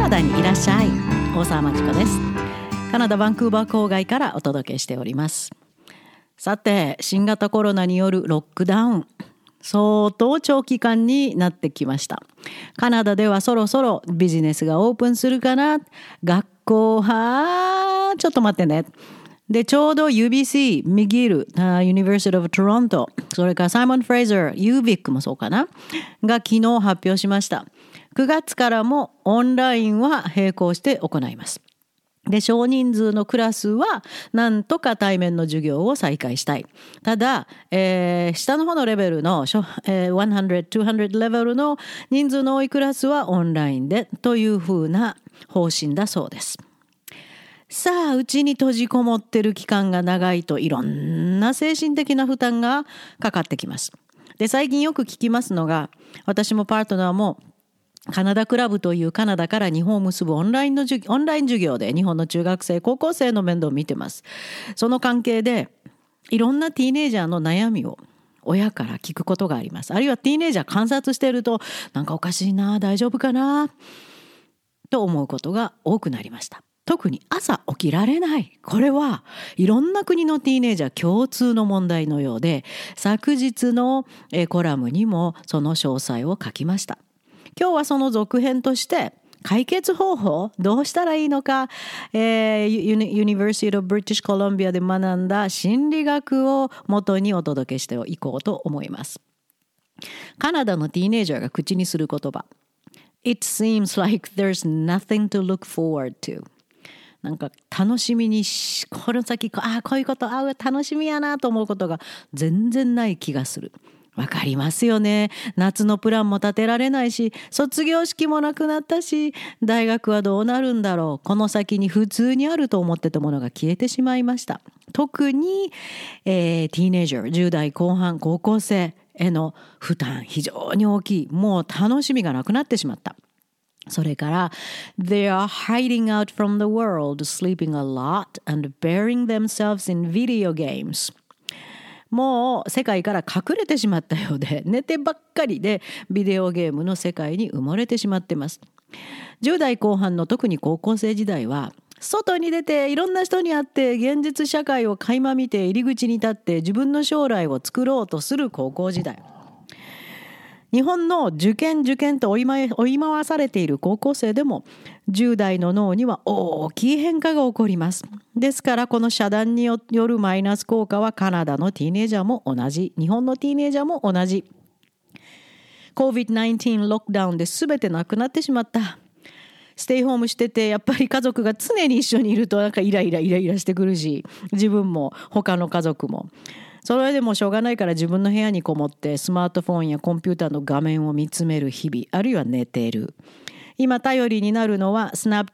ナダにいらっしゃい。大沢まちこです。カナダバンクーバー郊外からお届けしております。さて、新型コロナによるロックダウン、相当長期間になってきました。カナダではそろそろビジネスがオープンするかな。学校はちょっと待ってね。で、ちょうど UBC、ミギル、University of Toronto、それからサイモン・フレイザー、UVic もそうかな、が昨日発表しました。9月からもオンラインは並行して行います。で、少人数のクラスはなんとか対面の授業を再開したい。ただ、下の方のレベルの、100、200レベルの人数の多いクラスはオンラインでというふうな方針だそうです。さあ、うちに閉じこもってる期間が長いといろんな精神的な負担がかかってきます。で、最近よく聞きますのが、私もパートナーもカナダクラブというカナダから日本を結ぶオンライン授業で日本の中学生、高校生の面倒を見てます。その関係でいろんなティーネイジャーの悩みを親から聞くことがあります。あるいはティーネイジャー観察していると、なんかおかしいな、大丈夫かなと思うことが多くなりました。特に朝起きられない。これはいろんな国のティーネイジャー共通の問題のようで、昨日のコラムにもその詳細を書きました。今日はその続編として解決方法どうしたらいいのか、University of British Columbia で学んだ心理学を元にお届けしていこうと思います。カナダのティーネイジャーが口にする言葉、It seems like there's nothing to look forward to。なんか楽しみにこの先こういうこと楽しみやなと思うことが全然ない気がする。わかりますよね。夏のプランも立てられないし、卒業式もなくなったし、大学はどうなるんだろう。この先に普通にあると思ってたものが消えてしまいました。特に、ティーネイジャー、10代後半、高校生への負担非常に大きい。もう楽しみがなくなってしまった。それから、They are hiding out from the world, sleeping a lot and burying themselves in video games. もう世界から隠れてしまったようで、寝てばっかりでビデオゲームの世界に埋もれてしまっています。10代後半の特に高校生時代は、外に出ていろんな人に会って現実社会を垣間見て入り口に立って自分の将来を作ろうとする高校時代。日本の受験と追い回されている高校生でも10代の脳には大きい変化が起こります。ですからこの遮断によるマイナス効果はカナダのティーネイジャーも同じ、日本のティーネイジャーも同じ。COVID-19 ロックダウンで全てなくなってしまった。ステイホームしててやっぱり家族が常に一緒にいるとなんかイライラしてくるし、自分も他の家族も。それでもしょうがないから自分の部屋にこもってスマートフォンやコンピューターの画面を見つめる日々、あるいは寝ている。今頼りになるのは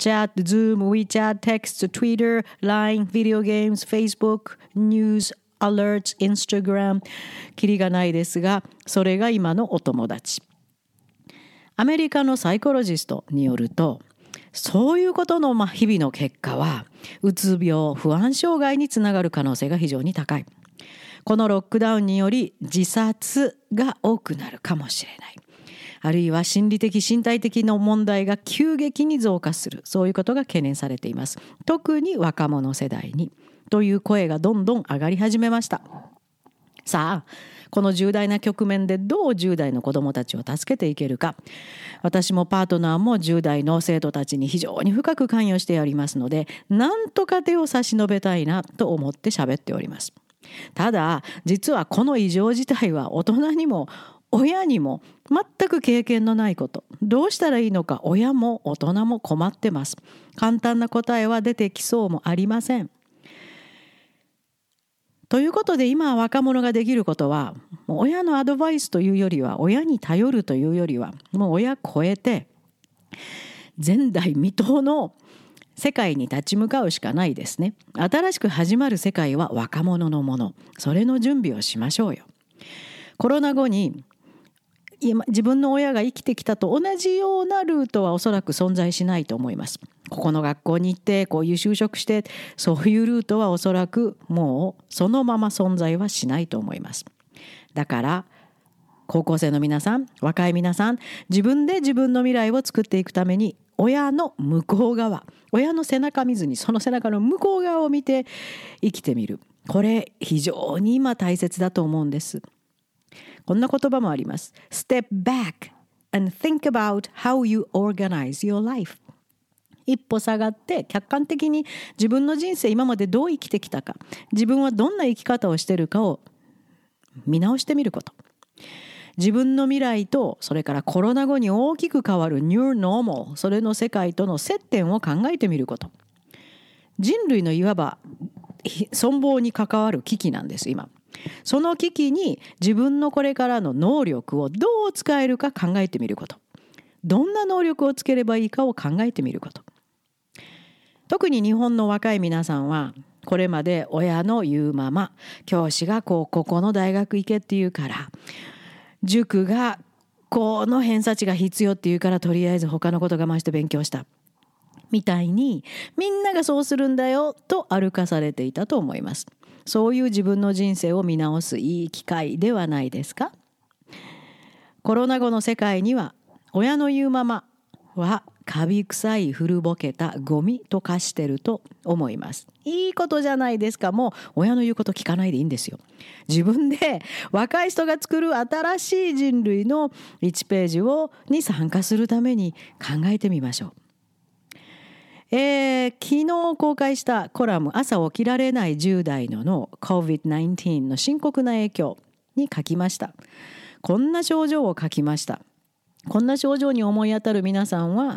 Snapchat、Zoom、WeChat、Text、Twitter、LINE、Video Games、Facebook、News、Alerts、Instagram。キリがないですが、それが今のお友達。アメリカのサイコロジストによると、そういうことの日々の結果は、うつ病、不安障害につながる可能性が非常に高い。このロックダウンにより自殺が多くなるかもしれない。あるいは心理的身体的な問題が急激に増加する。そういうことが懸念されています。特に若者世代にという声がどんどん上がり始めました。さあ、この重大な局面でどう10代の子どもたちを助けていけるか。私もパートナーも10代の生徒たちに非常に深く関与しておりますので、なんとか手を差し伸べたいなと思って喋っております。ただ、実はこの異常事態は大人にも親にも全く経験のないこと。どうしたらいいのか親も大人も困ってます。簡単な答えは出てきそうもありません。ということで今若者ができることは、もう親のアドバイスというよりは、親に頼るというよりは、もう親超えて前代未到の世界に立ち向かうしかないですね。新しく始まる世界は若者のもの。それの準備をしましょうよ。コロナ後に自分の親が生きてきたと同じようなルートはおそらく存在しないと思います。ここの学校に行ってこういう就職してそういうルートはおそらくもうそのまま存在はしないと思います。だから高校生の皆さん、若い皆さん、自分で自分の未来を作っていくために、親の向こう側、親の背中見ずにその背中の向こう側を見て生きてみる。これ非常に今大切だと思うんです。こんな言葉もあります。Step back and think about how you organize your life。一歩下がって客観的に自分の人生今までどう生きてきたか、自分はどんな生き方をしているかを見直してみること。自分の未来とそれからコロナ後に大きく変わる New Normal、 それの世界との接点を考えてみること。人類のいわば存亡に関わる危機なんです今。その危機に自分のこれからの能力をどう使えるか考えてみること。どんな能力をつければいいかを考えてみること。特に日本の若い皆さんはこれまで親の言うまま、教師がここの大学行けって言うから、塾がこの偏差値が必要って言うからとりあえず他のこと我慢して勉強したみたいに、みんながそうするんだよと歩かされていたと思います。そういう自分の人生を見直すいい機会ではないですか。コロナ後の世界には親の言うままはカビ臭い古ぼけたゴミと化してると思います。いいことじゃないですか。もう親の言うこと聞かないでいいんですよ。自分で若い人が作る新しい人類の1ページに参加するために考えてみましょう。昨日公開したコラム、朝起きられない10代の COVID-19 の深刻な影響に書きました。こんな症状を書きました。こんな症状に思い当たる皆さんは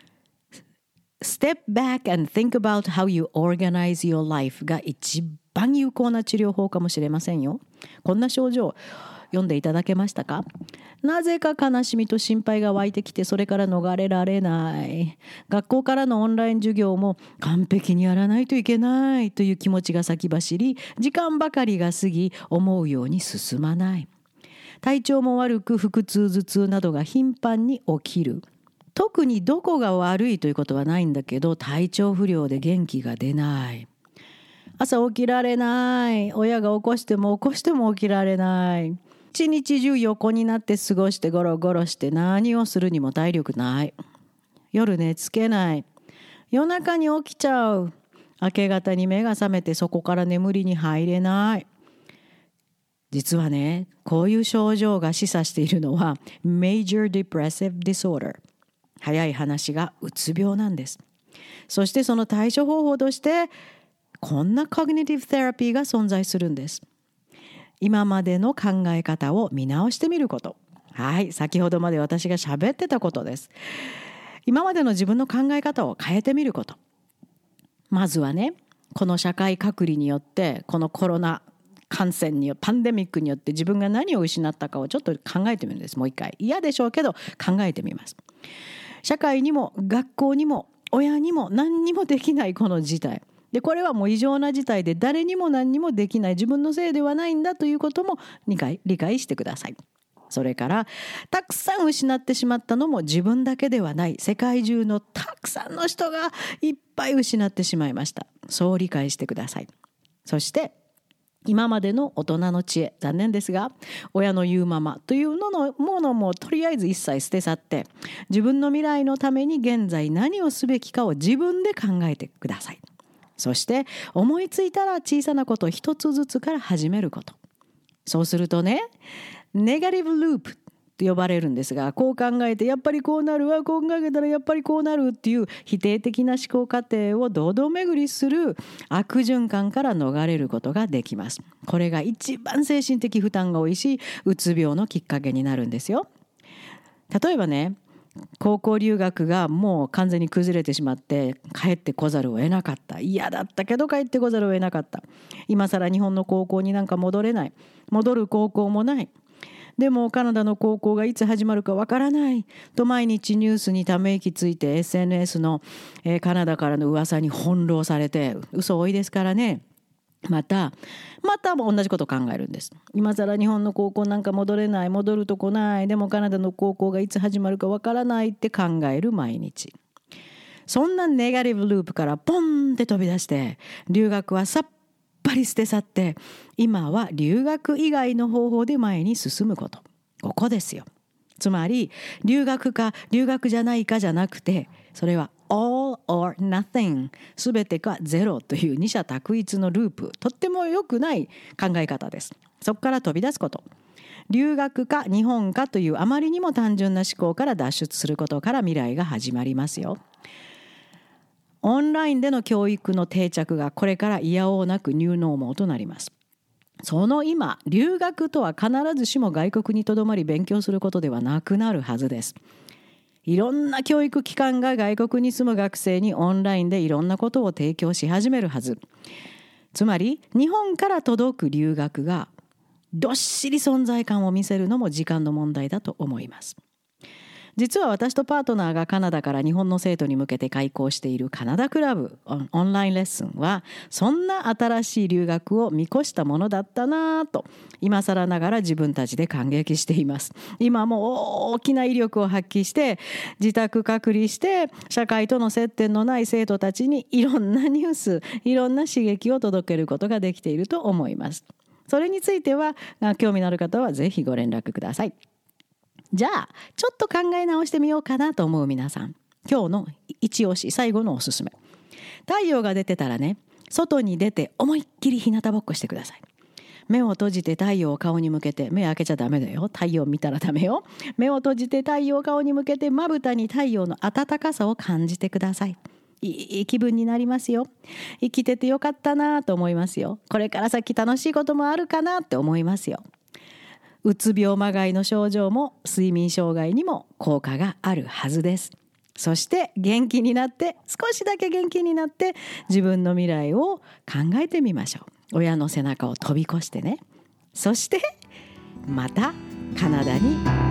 Step back and think about how you organize your life が一番有効な治療法かもしれませんよ。こんな症状読んでいただけましたか？なぜか悲しみと心配が湧いてきて、それから逃れられない。学校からのオンライン授業も完璧にやらないといけないという気持ちが先走り、時間ばかりが過ぎ、思うように進まない。体調も悪く、腹痛頭痛などが頻繁に起きる。特にどこが悪いということはないんだけど、体調不良で元気が出ない。朝起きられない。親が起こしても起きられない。一日中横になって過ごしてゴロゴロして、何をするにも体力ない。夜寝つけない。夜中に起きちゃう。明け方に目が覚めてそこから眠りに入れない。実はね、こういう症状が示唆しているのは Major Depressive Disorder。早い話がうつ病なんです。そしてその対処方法としてこんなコグニティブセラピーが存在するんです。今までの考え方を見直してみること。はい、先ほどまで私が喋ってたことです。今までの自分の考え方を変えてみること。まずはね、この社会隔離によって、このコロナ感染によってパンデミックによって自分が何を失ったかをちょっと考えてみるんです。もう一回。嫌でしょうけど考えてみます。社会にも学校にも親にも何にもできないこの事態で、これはもう異常な事態で誰にも何にもできない、自分のせいではないんだということも理解してください。それからたくさん失ってしまったのも自分だけではない、世界中のたくさんの人がいっぱい失ってしまいました。そう理解してください。そして今までの大人の知恵、残念ですが親の言うままというののものもとりあえず一切捨て去って、自分の未来のために現在何をすべきかを自分で考えてください。そして思いついたら小さなこと一つずつから始めること。そうするとね、ネガティブループと呼ばれるんですが、こう考えてやっぱりこうなるわ、こう考えたらやっぱりこうなるっていう否定的な思考過程を堂々巡りする悪循環から逃れることができます。これが一番精神的負担が多いし、うつ病のきっかけになるんですよ。例えばね、高校留学がもう完全に崩れてしまって帰ってこざるを得なかった。嫌だったけど帰ってこざるを得なかった。今更日本の高校になんか戻れない。戻る高校もない。でもカナダの高校がいつ始まるかわからないと毎日ニュースにため息ついて SNS の、カナダからの噂に翻弄されて、嘘多いですからね。またも同じことを考えるんです。今更日本の高校なんか戻れない、戻るとこない。でもカナダの高校がいつ始まるかわからないって考える毎日。そんなネガティブループからポンって飛び出して、留学はさっぱり捨て去って、今は留学以外の方法で前に進むこと。 ここですよ。つまり留学か留学じゃないかじゃなくて、それは all or nothing、 全てかゼロという二者択一のループ、とっても良くない考え方です。そこから飛び出すこと、留学か日本かというあまりにも単純な思考から脱出することから未来が始まりますよ。オンラインでの教育の定着がこれからいやおうなくニューノーマルとなります。その今、留学とは必ずしも外国にとどまり勉強することではなくなるはずです。いろんな教育機関が外国に住む学生にオンラインでいろんなことを提供し始めるはず。つまり日本から届く留学がどっしり存在感を見せるのも時間の問題だと思います。実は私とパートナーがカナダから日本の生徒に向けて開講しているカナダクラブオンラインレッスンは、そんな新しい留学を見越したものだったなぁと今更ながら自分たちで感激しています。今も大きな威力を発揮して自宅隔離して社会との接点のない生徒たちにいろんなニュース、いろんな刺激を届けることができていると思います。それについては興味のある方はぜひご連絡ください。じゃあちょっと考え直してみようかなと思う皆さん、今日の一押し、最後のおすすめ。太陽が出てたらね、外に出て思いっきり日向ぼっこしてください。目を閉じて太陽を顔に向けて、目開けちゃダメだよ、太陽見たらダメよ。目を閉じて太陽を顔に向けて、まぶたに太陽の暖かさを感じてください。いい気分になりますよ。生きててよかったなと思いますよ。これから先楽しいこともあるかなって思いますよ。うつ病まがいの症状も睡眠障害にも効果があるはずです。そして元気になって、少しだけ元気になって自分の未来を考えてみましょう。親の背中を飛び越してね。そしてまたカナダに